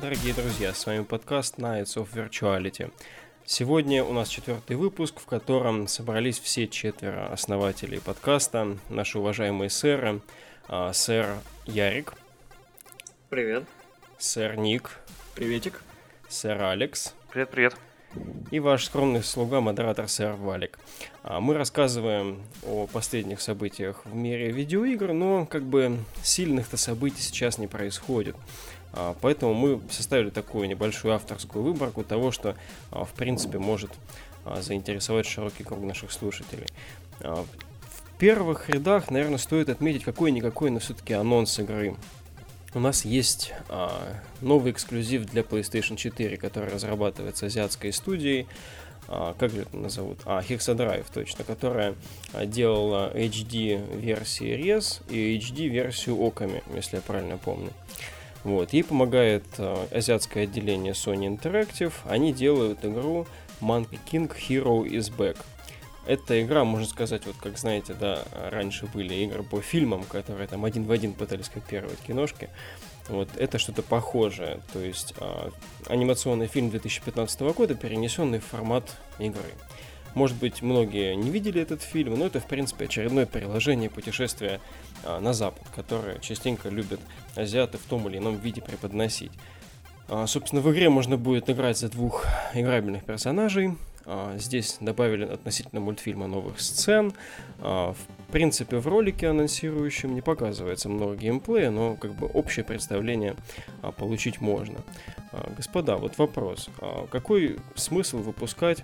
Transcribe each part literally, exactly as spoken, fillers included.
Дорогие друзья, с вами подкаст Nights of Virtuality. Сегодня у нас четвертый выпуск, в котором собрались все четверо основателей подкаста, наши уважаемые сэры. А, сэр Ярик. Привет. Сэр Ник. Приветик. Сэр Алекс. Привет-привет. И ваш скромный слуга, модератор сэр Валик. Мы рассказываем о последних событиях в мире видеоигр, но как бы сильных-то событий сейчас не происходит. Поэтому мы составили такую небольшую авторскую выборку того, что в принципе может заинтересовать широкий круг наших слушателей. В первых рядах, наверное, стоит отметить какой-никакой, но все-таки анонс игры. У нас есть а, новый эксклюзив для PlayStation четыре, который разрабатывается азиатской студией. А, как же это назовут? А, Hexadrive, точно, которая а, делала эйч ди-версии Rez и эйч ди-версию Okami, если я правильно помню. Вот. Ей помогает а, азиатское отделение Sony Interactive. Они делают игру Monkey King Hero is Back. Эта игра, можно сказать, вот как знаете, да, раньше были игры по фильмам, которые там один в один пытались копировать киношки. Вот это что-то похожее. То есть а, анимационный фильм две тысячи пятнадцатого года, перенесенный в формат игры. Может быть, многие не видели этот фильм, но это, в принципе, очередное приложение путешествия а, на Запад, которое частенько любят азиаты в том или ином виде преподносить. А, собственно, в игре можно будет играть за двух играбельных персонажей. Здесь добавили относительно мультфильма новых сцен. В принципе, в ролике анонсирующем не показывается много геймплея, но как бы общее представление получить можно. Господа, вот вопрос. Какой смысл выпускать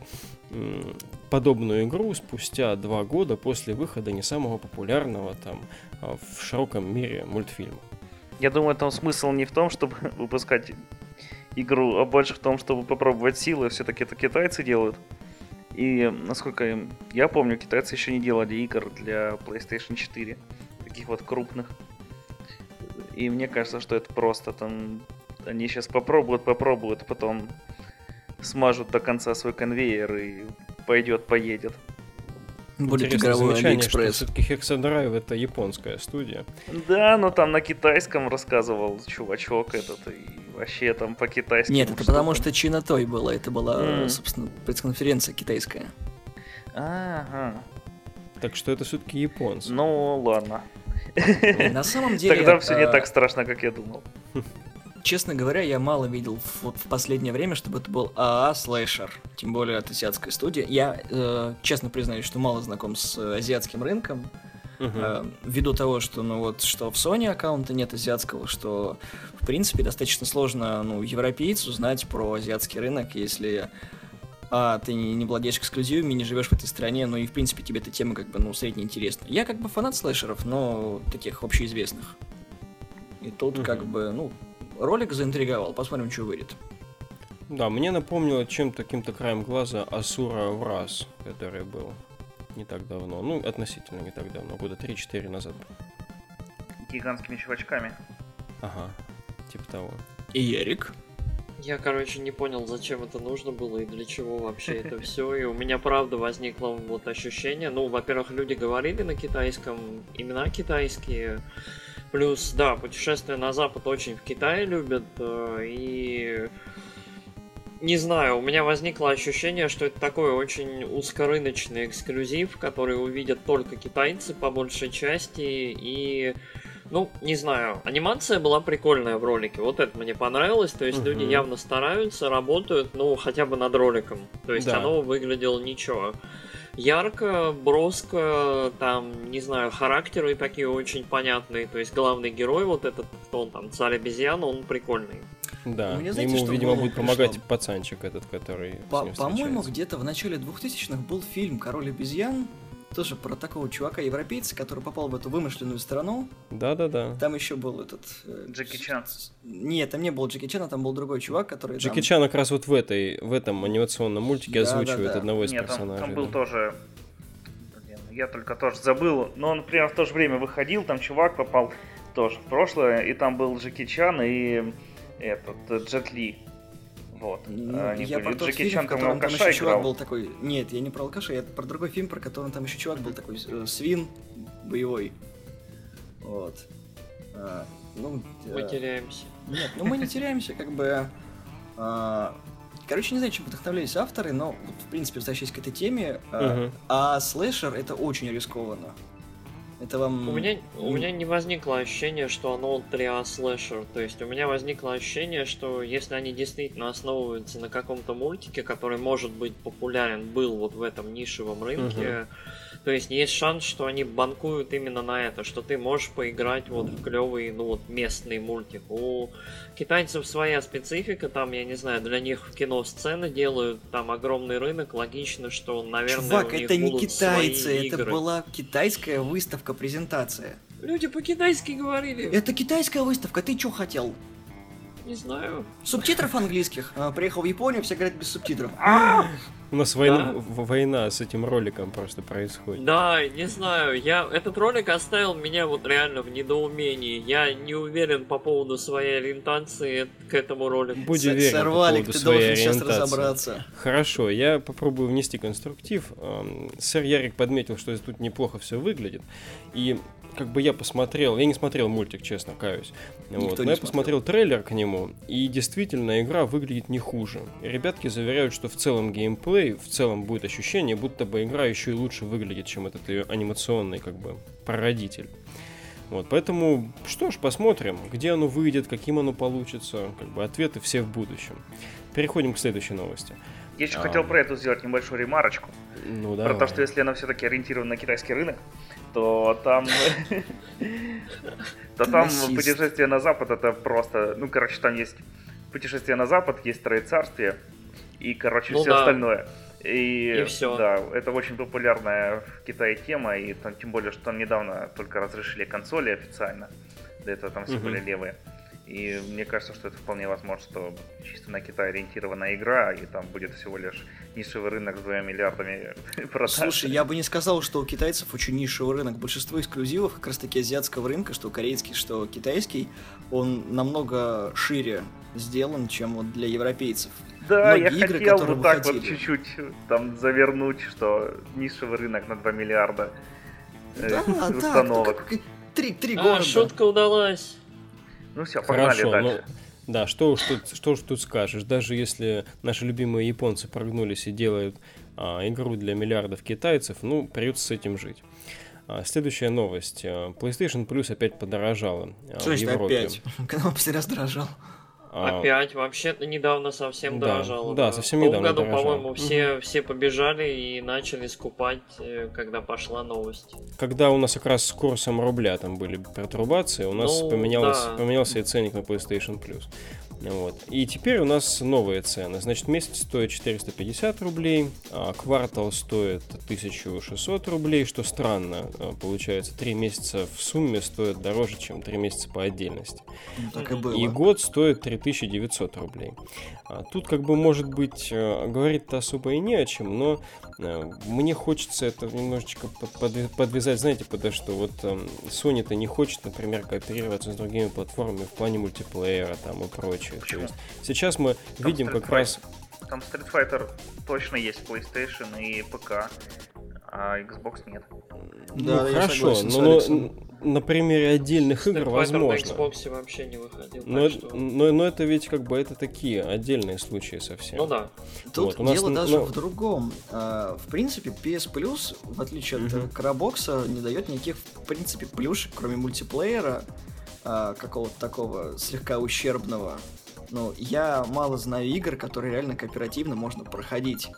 подобную игру спустя два года после выхода не самого популярного там в широком мире мультфильма? Я думаю, там смысл не в том, чтобы выпускать игру, а больше в том, чтобы попробовать силы. Все-таки это китайцы делают. И, насколько я помню, китайцы еще не делали игр для PlayStation четыре. Таких вот крупных. И мне кажется, что это просто там... Они сейчас попробуют, попробуют, потом смажут до конца свой конвейер и пойдет, поедет. Будет игровой AliExpress. Все-таки Hexadrive это японская студия. Да, но там на китайском рассказывал чувачок этот, и вообще там по-китайски. Нет, это потому что China Toy была, это была, mm. собственно, пресс-конференция китайская. Ага. Так что это все-таки японцы. Ну, ладно. На самом деле... Тогда все не так страшно, как я думал. Честно говоря, я мало видел вот в последнее время, чтобы это был АА слэшер, тем более от азиатской студии. Я э, честно признаюсь, что мало знаком с азиатским рынком, uh-huh. э, ввиду того, что ну вот что в Sony аккаунта нет азиатского, что в принципе достаточно сложно ну европейцу знать про азиатский рынок, если а ты не, не владеешь эксклюзивами, не живешь в этой стране, ну и в принципе тебе эта тема как бы ну средне интересна. Я как бы фанат слэшеров, но таких общеизвестных. И тут uh-huh. как бы ну ролик заинтриговал, посмотрим, что выйдет. Да, мне напомнило чем-то, каким-то краем глаза Asura Wrath, который был не так давно. Ну, относительно не так давно, года три-четыре назад. Гигантскими чувачками. Ага, типа того. И Ярик? Я, короче, не понял, зачем это нужно было и для чего вообще это все. И у меня, правда, возникло вот ощущение. Ну, во-первых, люди говорили на китайском, имена китайские. Плюс, да, путешествия на Запад очень в Китае любят, и не знаю, у меня возникло ощущение, что это такой очень узкорыночный эксклюзив, который увидят только китайцы по большей части, и, ну, не знаю, анимация была прикольная в ролике, вот это мне понравилось, то есть угу. люди явно стараются, работают, ну, хотя бы над роликом, то есть да. оно выглядело ничего. Ярко, броско, там, не знаю, характеры такие очень понятные. То есть главный герой, вот этот, кто он там, царь обезьян, он прикольный. Да, мне, знаете, ему, видимо, будет пришло? помогать пацанчик этот, который По- с ним По-моему, где-то в начале двухтысячных был фильм «Король обезьян», тоже про такого чувака-европейца, который попал в эту вымышленную страну. Да-да-да. Там еще был этот... Джеки Чан. Нет, там не был Джеки Чана, там был другой чувак, который... Джеки там... Чан как раз вот в этой, в этом анимационном мультике да, озвучивает да, да. одного из Нет, персонажей. Там, там был да. тоже... Я только тоже забыл, но он прямо в то же время выходил, там чувак попал тоже в прошлое, и там был Джеки Чан и этот Джет Ли. Вот. Ну, Они я были. про тот Джеки фильм, Чан в там котором там алкаша еще чувак играл. был такой... Нет, я не про алкаша, я про другой фильм, про котором там еще чувак был такой э, свин боевой. Вот. А, ну, Мы теряемся. Нет, ну мы не теряемся, как бы... А, короче, не знаю, чем вдохновлялись авторы, но, вот, в принципе, возвращаясь к этой теме, uh-huh. а слэшер — это очень рискованно. Это вам... У меня, у меня не возникло ощущения, что оно три А слэшер. То есть у меня возникло ощущение, что если они действительно основываются на каком-то мультике, который может быть популярен, был вот в этом нишевом рынке, uh-huh. то есть есть шанс, что они банкуют именно на это, что ты можешь поиграть вот в клевый, ну вот местный мультик. У китайцев своя специфика, там, я не знаю, для них кино сцены делают, там огромный рынок, логично, что, наверное, Чувак, у них это не будут китайцы, свои это игры. была китайская выставка, презентация. Люди по-китайски говорили. Это китайская выставка, ты чё хотел? Не знаю. Субтитров английских. Приехал в Японию, все говорят без субтитров. У нас война, да. война с этим роликом просто происходит. Да, не знаю. Я этот ролик оставил меня вот реально в недоумении. Я не уверен по поводу своей ориентации к этому ролику. Будь уверен Сэр по Валик, поводу ты своей должен сейчас ориентации. разобраться. Хорошо, я попробую внести конструктив. Сэр Ярик подметил, что тут неплохо все выглядит. И как бы я посмотрел, я не смотрел мультик, честно, каюсь. Вот, но я посмотрел трейлер к нему, и действительно игра выглядит не хуже. И ребятки заверяют, что в целом геймплей, в целом будет ощущение, будто бы игра еще и лучше выглядит, чем этот ее анимационный как бы прародитель. Вот, поэтому, что ж, посмотрим, где оно выйдет, каким оно получится. Как бы ответы все в будущем. Переходим к следующей новости. Я еще а... хотел про это сделать небольшую ремарочку. Ну, про то, что если она все-таки ориентирована на китайский рынок, то там... то там путешествие на запад это просто... Ну, короче, там есть путешествие на запад, есть Троецарствие и, короче, все остальное. И, и все. Да, это очень популярная в Китае тема, и там, тем более, что там недавно только разрешили консоли официально. До этого там все uh-huh. были левые. И мне кажется, что это вполне возможно, что чисто на Китай ориентированная игра, и там будет всего лишь нишевый рынок с двумя миллиардами продаж. Слушай, я бы не сказал, что у китайцев очень нишевый рынок. Большинство эксклюзивов как раз таки азиатского рынка, что корейский, что китайский, он намного шире сделан, чем вот для европейцев. Да, многие я игры, хотел вот так выходили. вот чуть-чуть там завернуть, что нишевый рынок на два миллиарда да, э, установок. Да, три, три а, города. шутка удалась. Ну все, погнали Хорошо, дальше. Ну, да, что уж тут, что уж тут скажешь. Даже если наши любимые японцы прогнулись и делают а, игру для миллиардов китайцев, ну, придется с этим жить. А, следующая новость. PlayStation Plus опять подорожала а, Что в значит Европе. опять? Когда он последний раз дорожал? Опять, вообще-то недавно совсем да, дорожало. Да, да. совсем в том недавно году, дорожало. по-моему, все, угу. все побежали и начали скупать, когда пошла новость. Когда у нас как раз с курсом рубля там были пертурбации, у нас ну, поменялось, да. поменялся и ценник на PlayStation Plus. Вот. И теперь у нас новые цены. Значит, месяц стоит четыреста пятьдесят рублей, а квартал стоит тысяча шестьсот рублей, что странно. Получается, три месяца в сумме стоят дороже, чем три месяца по отдельности. Ну, так и было. И год стоит три тысячи девятьсот рублей. А тут как бы, может быть, говорить-то особо и не о чем, но мне хочется это немножечко подвязать, знаете, потому что вот Sony-то не хочет, например, кооперироваться с другими платформами в плане мультиплеера там и прочее. То есть сейчас мы там видим Street как Fighter. раз... Там Street Fighter точно есть PlayStation и ПК, а Xbox нет. Да, ну хорошо, но, но на примере отдельных Street игр Fighter возможно. на Xbox вообще не выходил. Но, что... но, но это ведь как бы это такие отдельные случаи совсем. Ну да. Тут вот, дело нас, даже ну... в другом. В принципе, пи эс Plus, в отличие от uh-huh. Карабокса, не дает никаких, в принципе, плюшек, кроме мультиплеера, какого-то такого слегка ущербного. Ну, я мало знаю игр, которые реально кооперативно можно проходить.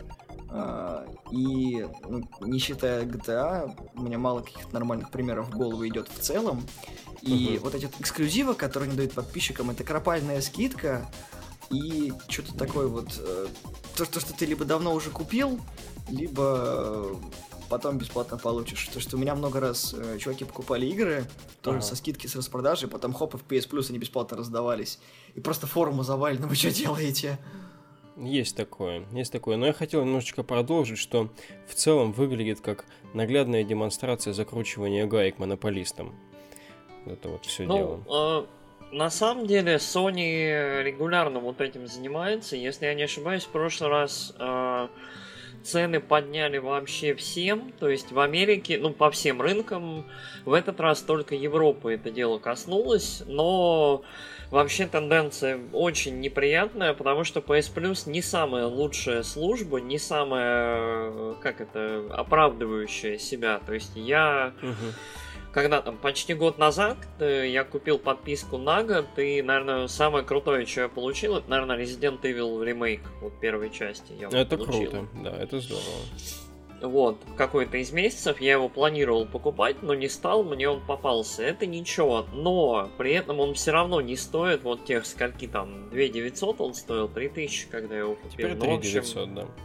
И, ну, не считая джи ти эй, у меня мало каких-то нормальных примеров в голову идет в целом. И uh-huh. вот эти вот эксклюзивы, которые они дают подписчикам, это кропальная скидка и что-то такое вот... То, то, что ты либо давно уже купил, либо потом бесплатно получишь. То, что у меня много раз э, чуваки покупали игры, тоже ага. со скидки, с распродажи, потом хоп, и в пи эс Plus они бесплатно раздавались. И просто форумы завалены, вы что делаете? Есть такое, есть такое. Но я хотел немножечко продолжить, что в целом выглядит как наглядная демонстрация закручивания гаек монополистам. Это вот все ну, дело. Э, на самом деле Sony регулярно вот этим занимается. Если я не ошибаюсь, в прошлый раз... Э, цены подняли вообще всем, то есть в Америке, ну, по всем рынкам, в этот раз только Европы это дело коснулось, но вообще тенденция очень неприятная, потому что пи эс Plus не самая лучшая служба, не самая, как это, оправдывающая себя, то есть я... Угу. Когда там почти год назад я купил подписку на год, и, наверное, самое крутое, что я получил, это, наверное, Resident Evil Remake, вот первой части я Это получил. круто, да, это здорово. Вот, какой-то из месяцев я его планировал покупать, но не стал, мне он попался. Это ничего, но при этом он все равно не стоит вот тех скольки там, две тысячи девятьсот он стоил, три тысячи, когда я его купил. Теперь ну, три в общем, тысячи девятьсот, да.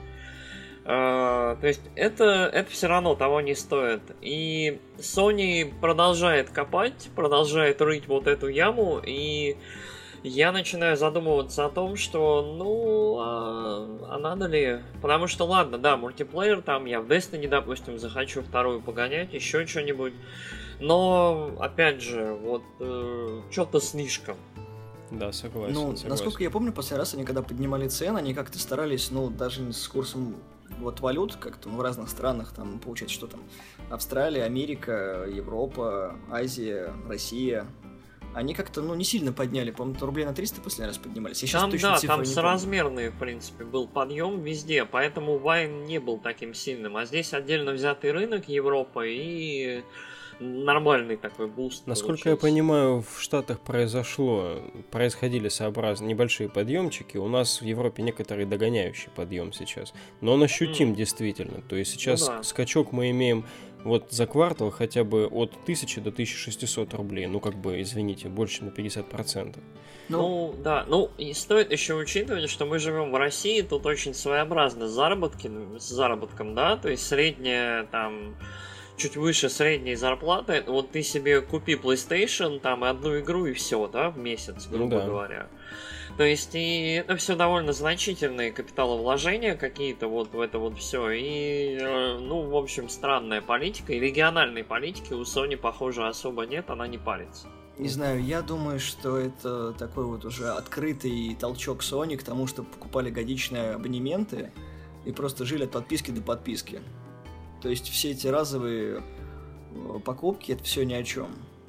Uh, то есть это, это все равно того не стоит. И Sony продолжает копать, продолжает рыть вот эту яму, и я начинаю задумываться о том, что ну, а, а надо ли? Потому что ладно, да, мультиплеер, там я в Destiny, допустим, захочу вторую погонять, еще что-нибудь. Но, опять же, вот э, что-то слишком. Да, согласен. Ну, согласен. насколько я помню, последний раз они когда поднимали цены, они как-то старались, ну, даже не с курсом вот валют, как-то ну, в разных странах, там, получается, что там, Австралия, Америка, Европа, Азия, Россия, они как-то, ну, не сильно подняли, по-моему, рублей на триста последний раз поднимались. Я сейчас там, точно да, цифры там не соразмерный, в принципе, был подъем везде, поэтому Вайн не был таким сильным, а здесь отдельно взятый рынок Европа и... нормальный такой буст. Насколько я понимаю, в Штатах произошло, происходили сообразно небольшие подъемчики. У нас в Европе некоторый догоняющий подъем сейчас. Но он ощутим mm. действительно. То есть сейчас ну, да. скачок мы имеем вот за квартал хотя бы от тысячи до тысячи шестисот рублей. Ну, как бы, извините, больше, чем на пятьдесят процентов. Ну, ну, да. Ну, и стоит еще учитывать, что мы живем в России, тут очень своеобразно заработки, с заработком, да, то есть средняя там... чуть выше средней зарплаты, вот ты себе купи PlayStation, там, и одну игру, и все, да, в месяц, грубо ну, да. говоря. То есть, и это все довольно значительные капиталовложения какие-то вот в это вот все. И, ну, в общем, странная политика. И региональной политики у Sony, похоже, особо нет, она не парится. Не знаю, я думаю, что это такой вот уже открытый толчок Sony к тому, что покупали годичные абонементы и просто жили от подписки до подписки. То есть все эти разовые покупки, это все ни о чем.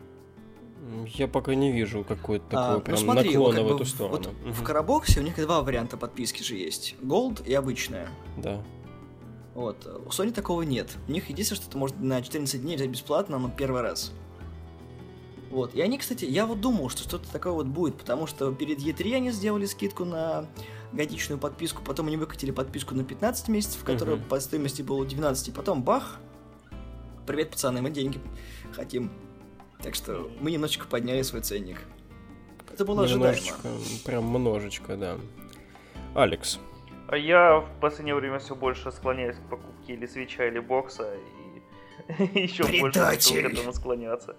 Я пока не вижу какой-то такой а, прям ну смотри, наклона вот в бы эту сторону. Вот угу. В Карабоксе у них два варианта подписки же есть. Gold и обычная. Да. Вот. У Sony такого нет. У них единственное, что ты можешь на четырнадцать дней взять бесплатно, но первый раз. Вот. И они, кстати, я вот думал, что что-то такое вот будет, потому что перед и три они сделали скидку на годичную подписку, потом они выкатили подписку на пятнадцать месяцев, которая uh-huh. по стоимости была двенадцать, и потом бах! Привет, пацаны, мы деньги хотим. Так что мы немножечко подняли свой ценник. Это было ожидаемо. Прям немножечко, да. Алекс. А я в последнее время все больше склоняюсь к покупке или свеча, или бокса, и еще больше хочу к этому склоняться.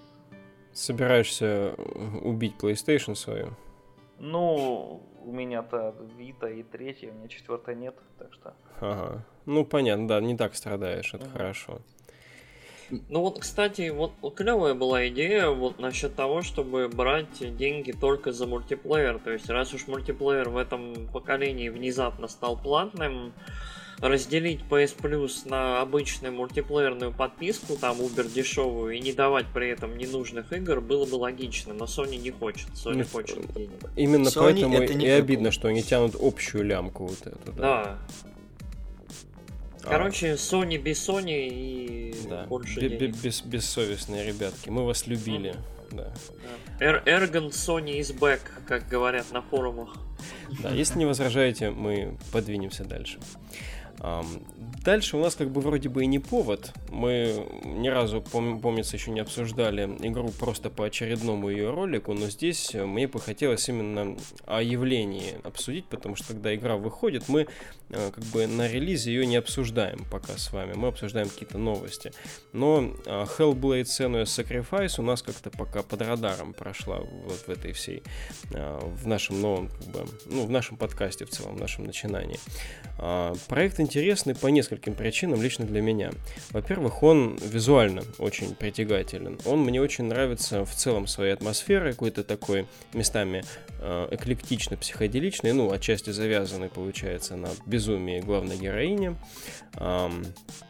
Собираешься убить PlayStation свою? Ну, у меня-то Vita и третья, у меня четвертой нет, так что... Ага, ну понятно, да, не так страдаешь, это ага. хорошо. Ну вот, кстати, вот клевая была идея вот насчет того, чтобы брать деньги только за мультиплеер. То есть, раз уж мультиплеер в этом поколении внезапно стал платным, разделить пи эс Plus на обычную мультиплеерную подписку, там Uber дешевую, и не давать при этом ненужных игр было бы логично, но Sony не хочет, Sony ну, хочет денег. Именно Sony поэтому и не обидно, что они тянут общую лямку вот эту. Да. да. Короче, Sony без Sony и да. больше Б- денег. Без- бессовестные ребятки, мы вас любили. Mm. Да. Да. Ergon Sony is back, как говорят на форумах. Да, если не возражаете, мы подвинемся дальше. Дальше у нас как бы вроде бы и не повод. Мы ни разу, пом- помнится, еще не обсуждали игру просто по очередному ее ролику, но здесь мне бы хотелось именно о явлении обсудить, потому что когда игра выходит, мы как бы на релизе ее не обсуждаем пока с вами, мы обсуждаем какие-то новости. Но Hellblade: Senua's Sacrifice у нас как-то пока под радаром прошла вот в этой всей, в нашем новом, как бы, ну, в нашем подкасте в целом, в нашем начинании. Проект интересный. интересный по нескольким причинам лично для меня. Во-первых, он визуально очень притягателен. Он мне очень нравится в целом своей атмосферой, какой-то такой местами э, эклектично-психоделичный, ну, отчасти завязанный, получается, на безумии главной героини. Эм,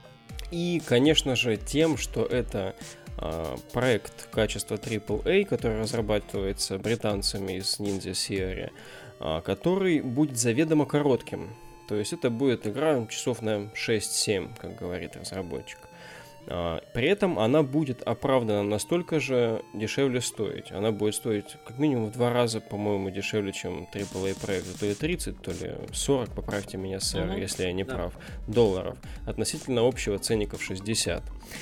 и, конечно же, тем, что это э, проект качества трипл эй, который разрабатывается британцами из Ninja Theory, э, который будет заведомо коротким. То есть это будет игра часов на шесть-семь, как говорит разработчик. При этом она будет оправдана настолько же дешевле стоить. Она будет стоить как минимум в два раза, по-моему, дешевле, чем трипл эй проект. То ли тридцать, то ли сорок, поправьте меня, сэр, mm-hmm. если я не да. прав, долларов. Относительно общего ценника в шестьдесят.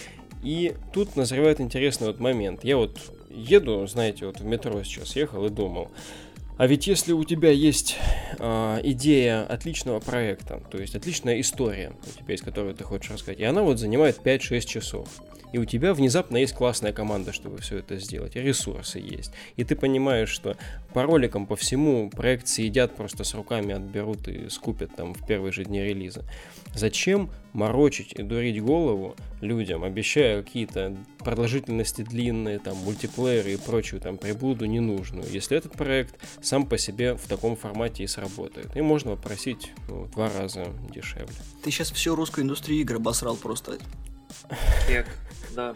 И тут назревает интересный вот момент. Я вот еду, знаете, вот в метро сейчас ехал и думал... А ведь если у тебя есть э, идея отличного проекта, то есть отличная история у тебя, из которой ты хочешь рассказать, и она вот занимает пять-шесть часов, и у тебя внезапно есть классная команда, чтобы все это сделать, и ресурсы есть, и ты понимаешь, что по роликам, по всему проект съедят, просто с руками отберут и скупят там в первые же дни релиза. Зачем морочить и дурить голову людям, обещая какие-то продолжительности длинные, там, мультиплееры и прочую там приблуду ненужную, если этот проект сам по себе в таком формате и сработает. И можно попросить ну, в два раза дешевле. Ты сейчас всю русскую индустрию игр обосрал просто. Кек, да.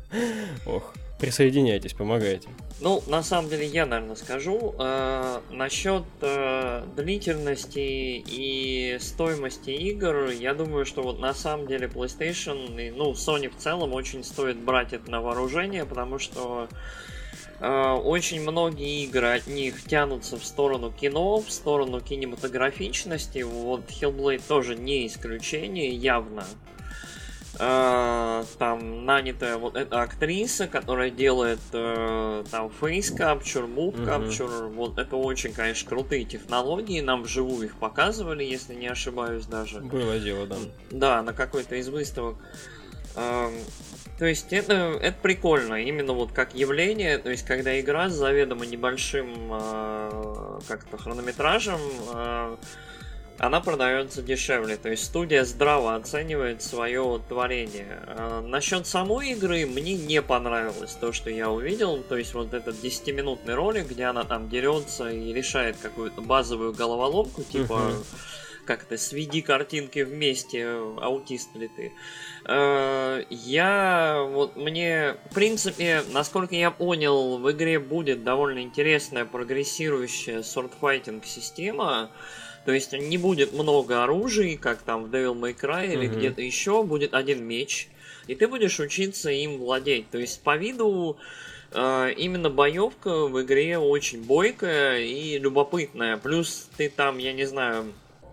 Ох, присоединяйтесь, помогайте. Ну, на самом деле, я, наверное, скажу. Э, насчет э, длительности и стоимости игр, я думаю, что вот на самом деле PlayStation и, ну, Sony в целом очень стоит брать это на вооружение, потому что э, очень многие игры от них тянутся в сторону кино, в сторону кинематографичности. Вот Hellblade тоже не исключение, явно. Uh, там нанятая вот эта актриса, которая делает uh, там face capture, move capture, uh-huh. вот это очень, конечно, крутые технологии, нам вживую их показывали, если не ошибаюсь даже. Было дело, да. Да, на какой-то из выставок. Uh, то есть это, это прикольно, именно вот как явление, то есть когда игра с заведомо небольшим uh, как-то хронометражем uh, она продается дешевле, то есть студия здраво оценивает свое творение. А насчет самой игры мне не понравилось то, что я увидел, то есть вот этот десятиминутный ролик, где она там дерется и решает какую-то базовую головоломку, типа uh-huh. как-то сведи картинки вместе, аутист ли ты. Я, вот мне, в принципе, насколько я понял, в игре будет довольно интересная прогрессирующая сордфайтинг система. То есть не будет много оружий, как там в Devil May Cry или uh-huh. где-то еще, будет один меч, и ты будешь учиться им владеть. То есть по виду э, именно боевка в игре очень бойкая и любопытная. Плюс ты там, я не знаю,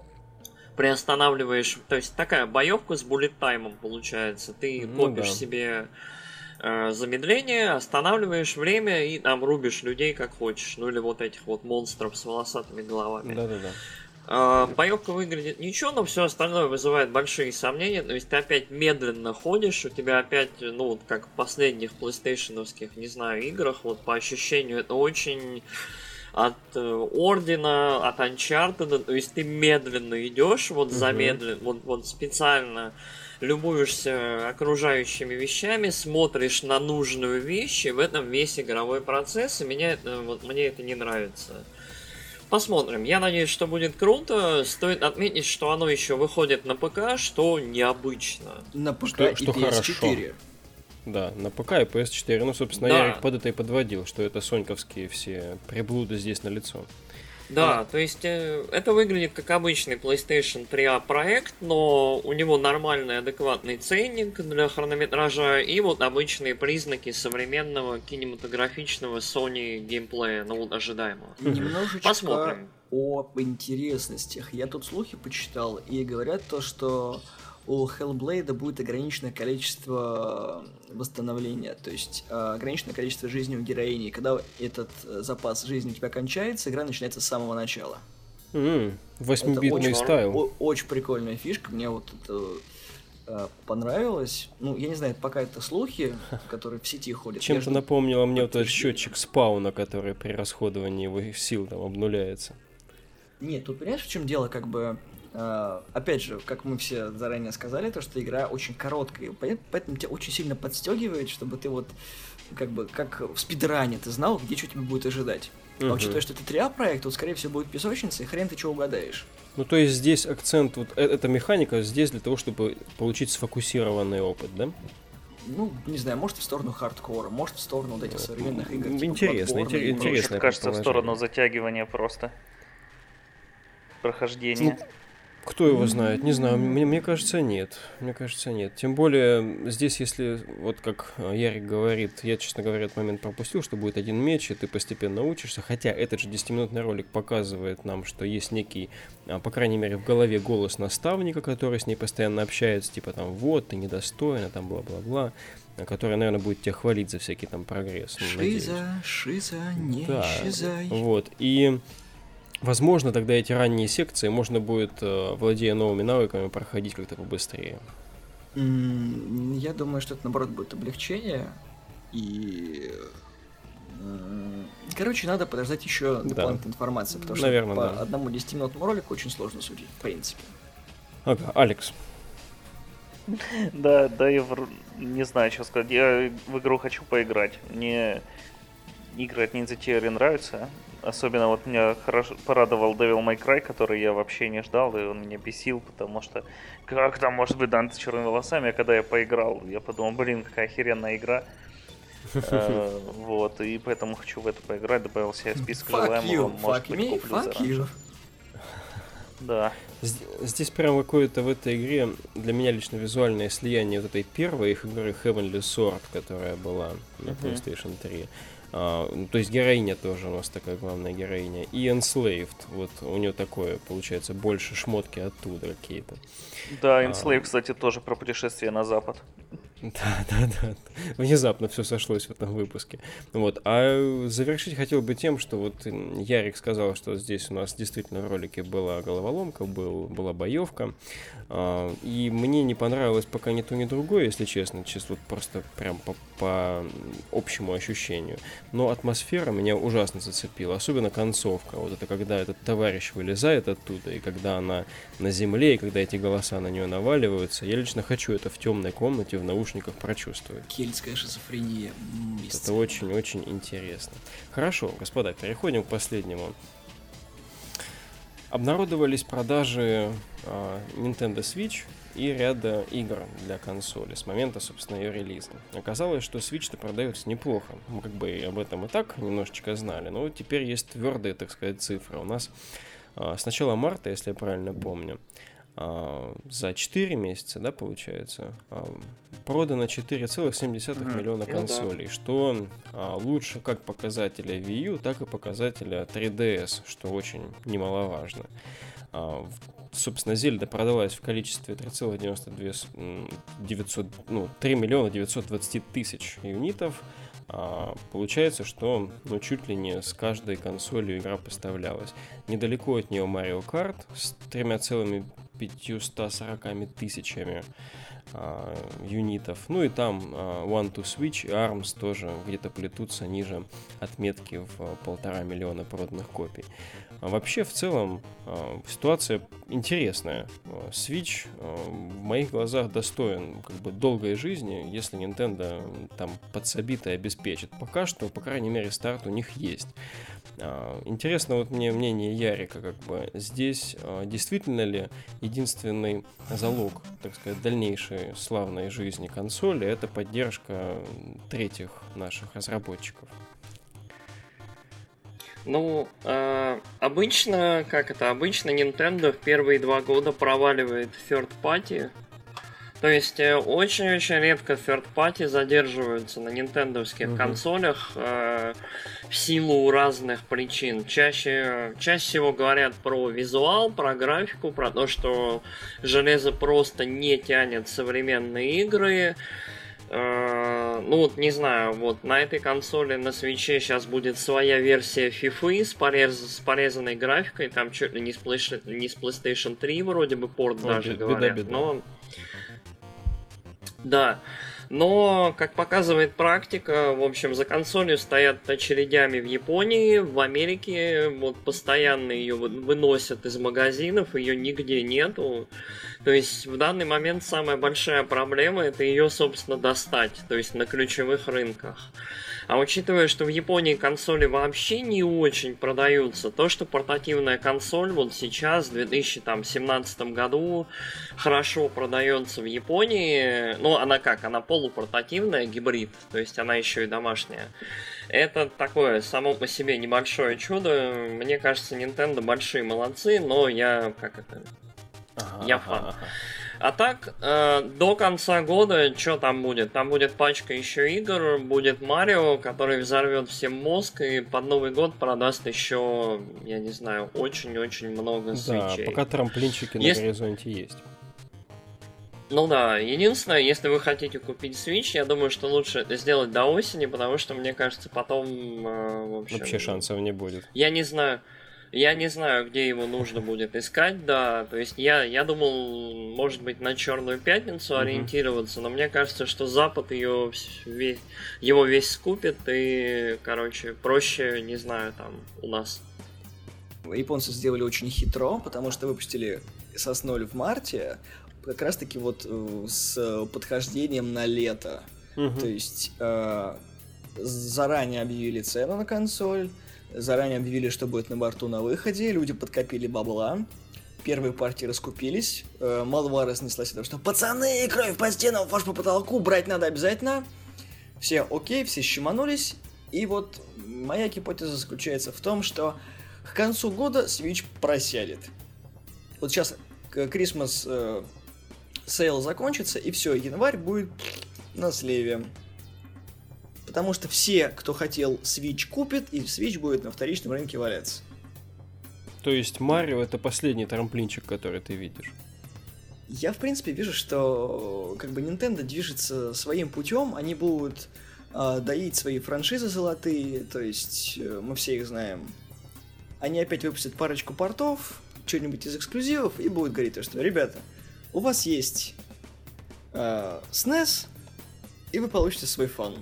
приостанавливаешь, то есть такая боевка с буллет-таймом получается. Ты ну, копишь да. себе э, замедление, останавливаешь время и там рубишь людей как хочешь. Ну или вот этих вот монстров с волосатыми головами. Да-да-да. Боевка выглядит ничего, но все остальное вызывает большие сомнения. То есть ты опять медленно ходишь, у тебя опять, ну вот как в последних PlayStation-овских, не знаю, играх, вот по ощущению это очень от Ордена, от Uncharted, то есть ты медленно идешь, вот замедленно, uh-huh. вот, вот специально любуешься окружающими вещами, смотришь на нужную вещь, и в этом весь игровой процесс, и меня это, вот, мне это не нравится. Посмотрим. Я надеюсь, что будет круто. Стоит отметить, что оно еще выходит на ПК, что необычно. На ПК что, и что пи эс четыре. Хорошо. Да, на ПК и пи эс четыре. Ну, собственно, да. я их под это и подводил, что это соньковские все приблуды здесь налицо. Да, то есть э, это выглядит как обычный PlayStation три а проект, но у него нормальный, адекватный ценник для хронометража и вот обычные признаки современного кинематографичного Sony геймплея, ну вот ожидаемого. Немножечко посмотрим. Об интересностях. Я тут слухи почитал, и говорят то, что у Hellblade будет ограниченное количество восстановления, то есть э, ограниченное количество жизни у героини. И когда этот э, запас жизни у тебя кончается, игра начинается с самого начала. Mm, восьмибитный стайл. О- очень прикольная фишка, мне вот это э, понравилось. Ну, я не знаю, пока это слухи, которые в сети ходят. Чем-то напомнило мне вот этот счетчик спауна, который при расходовании его сил там обнуляется. Нет, тут понимаешь, в чем дело, как бы... э, опять же, как мы все заранее сказали, то, что игра очень короткая, поэтому тебя очень сильно подстегивает, чтобы ты вот, как бы, как в спидране, ты знал, где что тебя будет ожидать. А uh-huh. учитывая, что это три А-проект, то, скорее всего, будет песочница, и хрен ты что угадаешь. Ну, то есть здесь акцент, вот эта механика здесь для того, чтобы получить сфокусированный опыт, да? Ну, не знаю, может в сторону хардкора, может в сторону вот этих современных игр. Типа интересно, интер- интересно. Мне кажется, в сторону затягивания просто. Прохождения. Ну, кто его знает? Не знаю, мне, мне кажется, нет. Мне кажется, нет. Тем более, здесь, если, вот как Ярик говорит, я, честно говоря, этот момент пропустил, что будет один меч, и ты постепенно учишься, хотя этот же десятиминутный ролик показывает нам, что есть некий, по крайней мере, в голове голос наставника, который с ней постоянно общается, типа там, вот, ты недостойна, там, бла-бла-бла, который, наверное, будет тебя хвалить за всякий там прогресс. Шиза, шиза, не да. исчезай. Вот, и... Возможно, тогда эти ранние секции можно будет, владея новыми навыками, проходить как-то побыстрее. Я думаю, что это, наоборот, будет облегчение. И... Короче, надо подождать еще дополнительной да. информации, потому Наверное, что по да. одному десятиминутному ролику очень сложно судить, в принципе. Ага, Алекс. Да, да, я в... не знаю, что сказать. Я в игру хочу поиграть. Мне игры от Ninja Theory нравятся. Особенно вот меня хорошо порадовал Devil May Cry, который я вообще не ждал, и он меня бесил, потому что как там может быть Данте с черными волосами, а когда я поиграл, я подумал, блин, какая охеренная игра. Вот, и поэтому хочу в это поиграть, добавил себе список желаемого, может быть, куплю заранее. Да. Здесь прям какое-то в этой игре для меня лично визуальное слияние вот этой первой их игры Heavenly Sword, которая была на PlayStation три. Uh, то есть героиня тоже у нас такая главная героиня. И Enslaved, вот у нее такое, получается, больше шмотки оттуда какие-то. Да, Enslaved, uh, кстати, тоже про путешествие на запад. Да, да, да. Внезапно все сошлось в этом выпуске. Вот. А завершить хотел бы тем, что вот Ярик сказал, что здесь у нас действительно в ролике была головоломка, был, была боевка. Uh, и мне не понравилось пока ни то, ни другое, если честно, чисто вот просто прям по, по общему ощущению. Но атмосфера меня ужасно зацепила, особенно концовка. Вот это когда этот товарищ вылезает оттуда, и когда она на земле, и когда эти голоса на нее наваливаются. Я лично хочу это в темной комнате, в наушниках прочувствовать. Кельтская шизофрения. Это очень-очень интересно. Хорошо, господа, переходим к последнему. Обнародовались продажи э, Nintendo Switch и ряда игр для консоли с момента, собственно, ее релиза. Оказалось, что Switch-то продается неплохо. Мы как бы об этом и так немножечко знали, но вот теперь есть твердые, так сказать, цифры. У нас э, с начала марта, если я правильно помню, э, за четыре месяца, да, получается, э, продано четыре целых семь десятых mm-hmm. миллиона консолей, ну, да. что а, лучше как показателя Wii U, так и показателя три ди эс, что очень немаловажно. А, собственно, Зельда продалась в количестве три целых девяносто две девятьсот, ну, три миллиона девятьсот двадцать тысяч юнитов. А, получается, что ну, чуть ли не с каждой консолью игра поставлялась. Недалеко от нее Mario Kart с три целых пятьсот сорок тысячами а, юнитов. Ну и там а, One to Switch и армс тоже где-то плетутся ниже отметки в а, полтора миллиона проданных копий. А вообще, в целом, а, ситуация интересная. Switch а, в моих глазах достоин как бы долгой жизни, если Nintendo там подсобит и обеспечит. Пока что, по крайней мере, старт у них есть. А, интересно вот мне мнение Ярика, как бы здесь а, действительно ли единственный залог, так сказать, дальнейшей славной жизни консоли — это поддержка третьих наших разработчиков? Ну, э, обычно, как это, обычно Nintendo в первые два года проваливает third party. То есть э, очень-очень редко third party задерживаются на нинтендовских uh-huh. консолях э, в силу разных причин. Чаще, чаще всего говорят про визуал, про графику, про то, что железо просто не тянет современные игры. Э, ну вот, не знаю, вот на этой консоли на Switch'е сейчас будет своя версия FIFA с, порез, с порезанной графикой, там чуть ли не с, PlayStation, не с PlayStation три вроде бы порт О, даже беда, говорят, беда. но... Да, но, как показывает практика, в общем, за консолью стоят очередями в Японии, в Америке вот постоянно ее выносят из магазинов, ее нигде нету. То есть в данный момент самая большая проблема — это ее, собственно, достать, то есть на ключевых рынках. А учитывая, что в Японии консоли вообще не очень продаются, то, что портативная консоль вот сейчас, в две тысячи семнадцатом году, хорошо продается в Японии, ну, она как, она полупортативная, гибрид, то есть она еще и домашняя. Это такое само по себе небольшое чудо. Мне кажется, Nintendo большие молодцы, но я, как это, Ага, я ага, фан. ага. А так, э, до конца года, что там будет? Там будет пачка еще игр, будет Марио, который взорвет всем мозг, и под Новый год продаст еще, я не знаю, очень-очень много Да, свечей. пока трамплинчики Если- на горизонте есть. Ну да, единственное, если вы хотите купить Switch, я думаю, что лучше это сделать до осени, потому что, мне кажется, потом, э, в общем... Вообще шансов не будет. Я не знаю... Я не знаю, где его нужно будет искать, да. То есть я, я думал, может быть, на Черную пятницу Мгм. ориентироваться, но мне кажется, что Запад ее весь, его весь скупит, и, короче, проще, не знаю, там, у нас. Японцы сделали очень хитро, потому что выпустили эс эс ноль в марте, как раз-таки вот э, с подхождением на лето. Мгм. То есть э, заранее объявили цену на консоль, заранее объявили, что будет на борту на выходе, люди подкопили бабла, первые партии раскупились, э, молва разнеслась о том, что «Пацаны, кровь по стенам, фарш по потолку, брать надо обязательно». Все окей, все щеманулись, и вот моя гипотеза заключается в том, что к концу года Switch просядет. Вот сейчас Christmas э, сейл закончится, и все, январь будет на сливе. Потому что все, кто хотел Switch, купит, и Switch будет на вторичном рынке валяться. То есть Марио — это последний трамплинчик, который ты видишь. Я, в принципе, вижу, что как бы Nintendo движется своим путем, они будут э, доить свои франшизы золотые, то есть э, мы все их знаем. Они опять выпустят парочку портов, что-нибудь из эксклюзивов, и будут говорить, что, ребята, у вас есть э, эс эн и эс, и вы получите свой фан.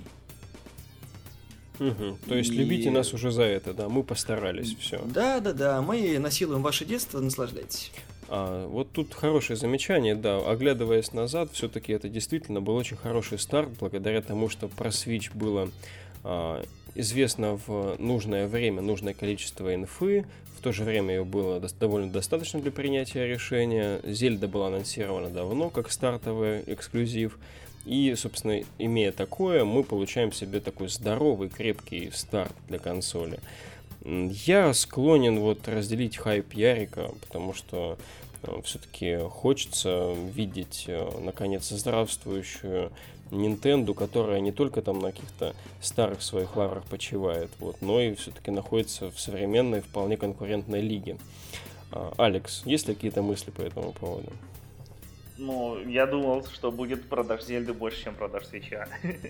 Мгм. То есть И- любите нас уже за это, да, мы постарались, все. Да-да-да, мы насилуем ваше детство, наслаждайтесь. А, вот тут хорошее замечание, да, оглядываясь назад, все-таки это действительно был очень хороший старт, благодаря тому, что про Switch было а, известно в нужное время, нужное количество инфы, в то же время ее было дос- довольно достаточно для принятия решения, Зельда была анонсирована давно как стартовый эксклюзив, и, собственно, имея такое, мы получаем себе такой здоровый, крепкий старт для консоли. М, Я склонен вот разделить хайп Ярика, потому что все-таки хочется видеть, э, наконец, здравствующую Nintendo, которая не только там на каких-то старых своих лаврах почивает, вот, но и все-таки находится в современной, вполне конкурентной лиге. А, Алекс, есть ли какие-то мысли по этому поводу? Ну, я думал, что будет продаж Зельды больше, чем продаж Свитча.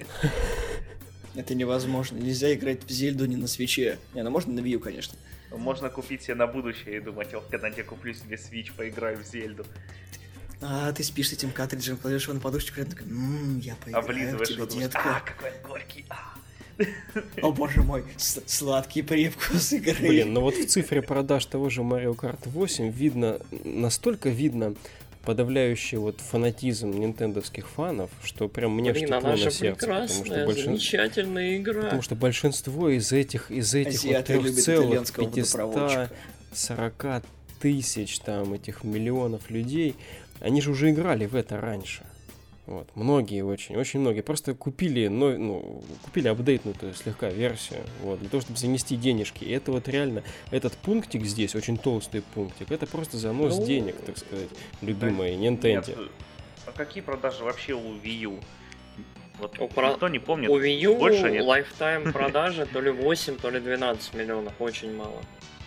Это невозможно, нельзя играть в Зельду не на свече. Не, ну можно на Wii U, конечно. Можно купить себе на будущее и думать, ох, когда я куплю себе Switch, поиграю в Зельду. А ты спишь с этим картриджем, кладешь его на подушечку, и такой, ммм, я поиграю в Облизываешь тебя, и думаешь, детка. а, какой он горький, а. О боже мой, с- сладкий привкус игры. Блин, ну вот в цифре продаж того же Mario Kart восемь видно, настолько видно подавляющий вот фанатизм нинтендовских фанов, что прям мне Блин, что она же сердце, потому что, прекрасная, большин- замечательная игра. потому что большинство из этих, из этих вот Азиаты любят трех целых итальянского пятисот водопроводчика. сорока тысяч там этих миллионов людей, они же уже играли в это раньше. Вот, многие очень, очень многие просто купили, но, ну, купили апдейтнутую слегка версию, вот, для того, чтобы занести денежки. И это вот реально, этот пунктик здесь, очень толстый пунктик, это просто занос Ну, денег, так сказать, любимой Нет, Nintendo. а какие продажи вообще у Wii U? Вот У про- никто не помнит. У Wii U больше нет. lifetime продажи то ли восемь, то ли двенадцать миллионов, очень мало.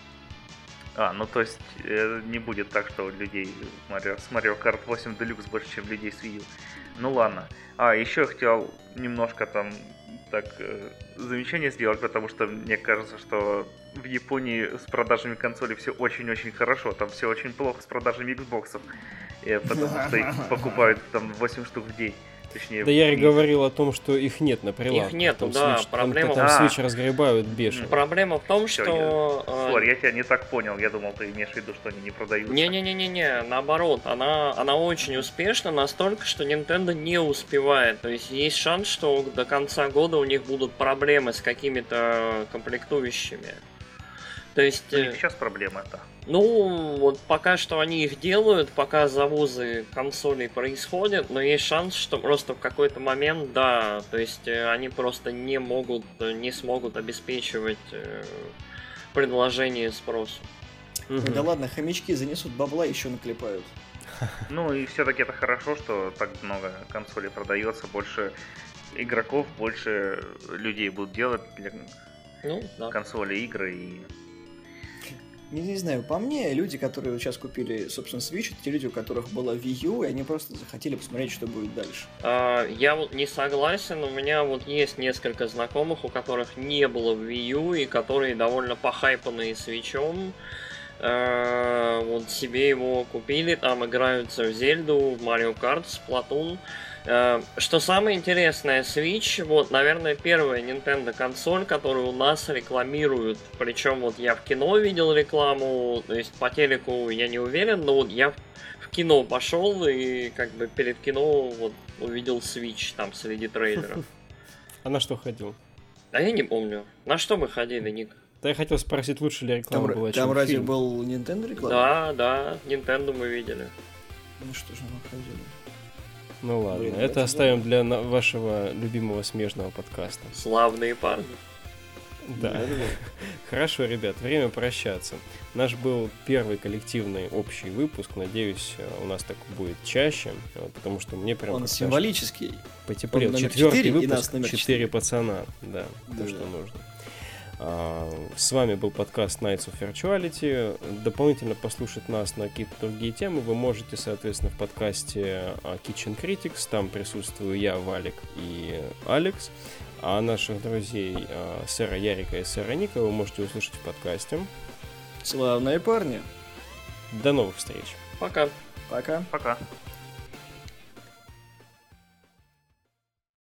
А, ну то есть э, не будет так, что у людей Mario, с Mario Kart восемь Deluxe больше, чем людей с Wii U. Ну ладно. А, еще я хотел немножко там так э, замечание сделать, потому что мне кажется, что в Японии с продажами консолей все очень-очень хорошо. Там все очень плохо с продажами Xbox, э, потому что их покупают там восемь штук в день. Точнее, Да, Ярик вниз. говорил о том, что их нет на прилавке. Их нету, Там да, Switch- проблема- Там, там А. Switch разгребают бешено. Проблема в том, Всё, что... я... э, Флор, я тебя не так понял. Я думал, ты имеешь в виду, что они не продаются. Не-не-не-не-не, наоборот, она, она очень успешна настолько, что Nintendo не успевает. То есть есть шанс, что до конца года у них будут проблемы с какими-то комплектующими. То есть, У э, них сейчас проблема-то. ну, вот пока что они их делают, пока завозы консолей происходят, но есть шанс, что просто в какой-то момент, да, то есть э, они просто не могут, э, не смогут обеспечивать э, предложение и спрос. Мгм. Да ладно, хомячки занесут бабла, еще наклепают. Ну и все-таки это хорошо, что так много консолей продается, больше игроков, больше людей будут делать для Ну, да. консоли игры и Не, не знаю, по мне, люди, которые вот сейчас купили, собственно, Switch, это те люди, у которых была Wii U, и они просто захотели посмотреть, что будет дальше. А, я вот не согласен, у меня вот есть несколько знакомых, у которых не было Wii U, и которые довольно похайпанные свитчом. А, вот себе его купили, там играются в Зельду, в Mario Kart, Splatoon. А, что самое интересное, Switch, вот, наверное, первая Nintendo консоль, которую у нас рекламируют. Причем вот я в кино видел рекламу, то есть по телеку я не уверен, но вот я в кино пошел и как бы перед кино вот увидел Switch там среди трейлеров. А на что ходил? А я не помню. На что мы ходили, Ник? Да я хотел спросить, лучше ли реклама Там, была, там чем разве фильм? был Nintendo реклама? Да, да, Nintendo мы видели. Ну что же мы ходили? Ну ладно, Блин, это это оставим для на- вашего любимого смежного подкаста. Славные парни. Да. Хорошо, ребят, время прощаться. Наш был первый коллективный общий выпуск. Надеюсь, у нас так будет чаще, вот, потому что мне прям Он как-то символический. потеплел. он номер Четвертый четыре, и выпуск, нас номер четыре четыре. пацана. Да, то, Да. что нужно. А, С вами был подкаст Nights of Virtuality. Дополнительно послушать нас на какие-то другие темы вы можете, соответственно, в подкасте а, Kitchen Critics. Там присутствую я, Валик и Алекс. А наших друзей а, сэра Ярика и сэра Ника вы можете услышать в подкасте. Славные парни. До новых встреч! Пока. Пока. пока.